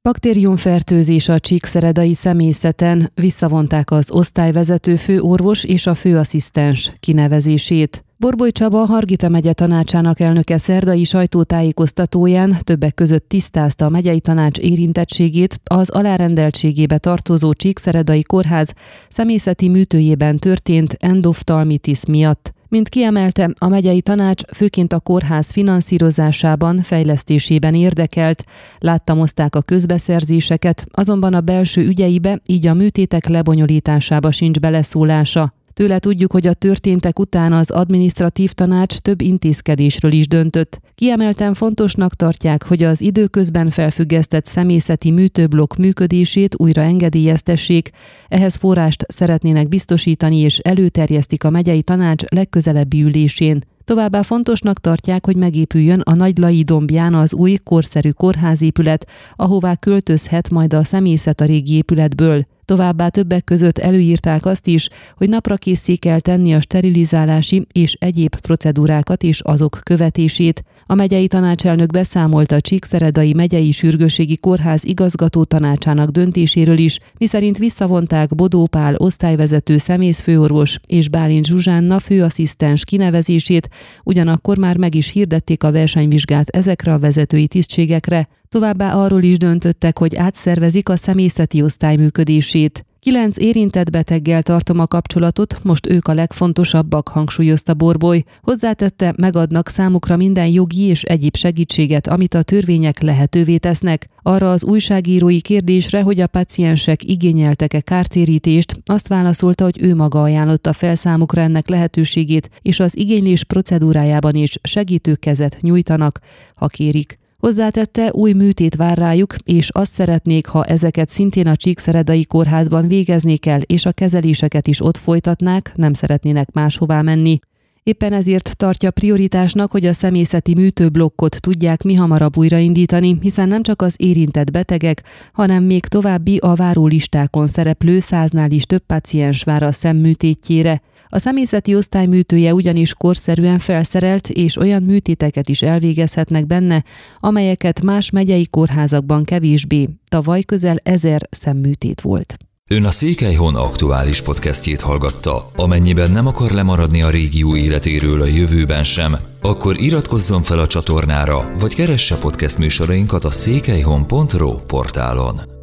Baktériumfertőzés a csíkszeredai személyzeten, visszavonták az osztályvezető főorvos és a főasszisztens kinevezését. Borboly Csaba, Hargita megye tanácsának elnöke szerdai sajtótájékoztatóján többek között tisztázta a megyei tanács érintettségét az alárendeltségébe tartozó Csíkszeredai kórház személyzeti műtőjében történt endoftalmitis miatt. Mint kiemelte, a megyei tanács főként a kórház finanszírozásában, fejlesztésében érdekelt, láttamozták a közbeszerzéseket, azonban a belső ügyeibe, így a műtétek lebonyolításába sincs beleszólása. Tőle tudjuk, hogy a történtek után az adminisztratív tanács több intézkedésről is döntött. Kiemelten fontosnak tartják, hogy az időközben felfüggesztett személyzeti műtőblokk működését újra engedélyeztessék, ehhez forrást szeretnének biztosítani és előterjesztik a megyei tanács legközelebbi ülésén. Továbbá fontosnak tartják, hogy megépüljön a Nagylai dombján az új, korszerű kórházépület, ahová költözhet majd a személyzet a régi épületből. Továbbá többek között előírták azt is, hogy naprakésszé kell tenni a sterilizálási és egyéb procedúrákat és azok követését. A megyei tanácselnök beszámolt a Csíkszeredai Megyei Sürgősségi Kórház igazgató tanácsának döntéséről is, miszerint visszavonták Bodó Pál osztályvezető szemészfőorvos és Bálint Zsuzsánna főasszisztens kinevezését, ugyanakkor már meg is hirdették a versenyvizsgát ezekre a vezetői tisztségekre. Továbbá arról is döntöttek, hogy átszervezik a személyzeti osztály működését. 9 érintett beteggel tartom a kapcsolatot, most ők a legfontosabbak, hangsúlyozta Borboly. Hozzátette, megadnak számukra minden jogi és egyéb segítséget, amit a törvények lehetővé tesznek. Arra az újságírói kérdésre, hogy a páciensek igényeltek-e kártérítést, azt válaszolta, hogy ő maga ajánlotta fel számukra ennek lehetőségét, és az igénylés procedúrájában is segítő kezet nyújtanak, ha kérik. Hozzátette, új műtét vár rájuk, és azt szeretnék, ha ezeket szintén a Csíkszeredai kórházban végeznék el, és a kezeléseket is ott folytatnák, nem szeretnének máshová menni. Éppen ezért tartja prioritásnak, hogy a személyzeti műtőblokkot tudják mihamarabb újraindítani, hiszen nem csak az érintett betegek, hanem még további a várólistákon szereplő 100-nál is több páciens vár a szemműtétjére. A személyzeti osztály műtője ugyanis korszerűen felszerelt, és olyan műtéteket is elvégezhetnek benne, amelyeket más megyei kórházakban kevésbé. Tavaly közel 1000 szemműtét volt. Ön a Székelyhon aktuális podcastjét hallgatta. Amennyiben nem akar lemaradni a régió életéről a jövőben sem, akkor iratkozzon fel a csatornára, vagy keresse podcast műsorainkat a székelyhon.ro portálon.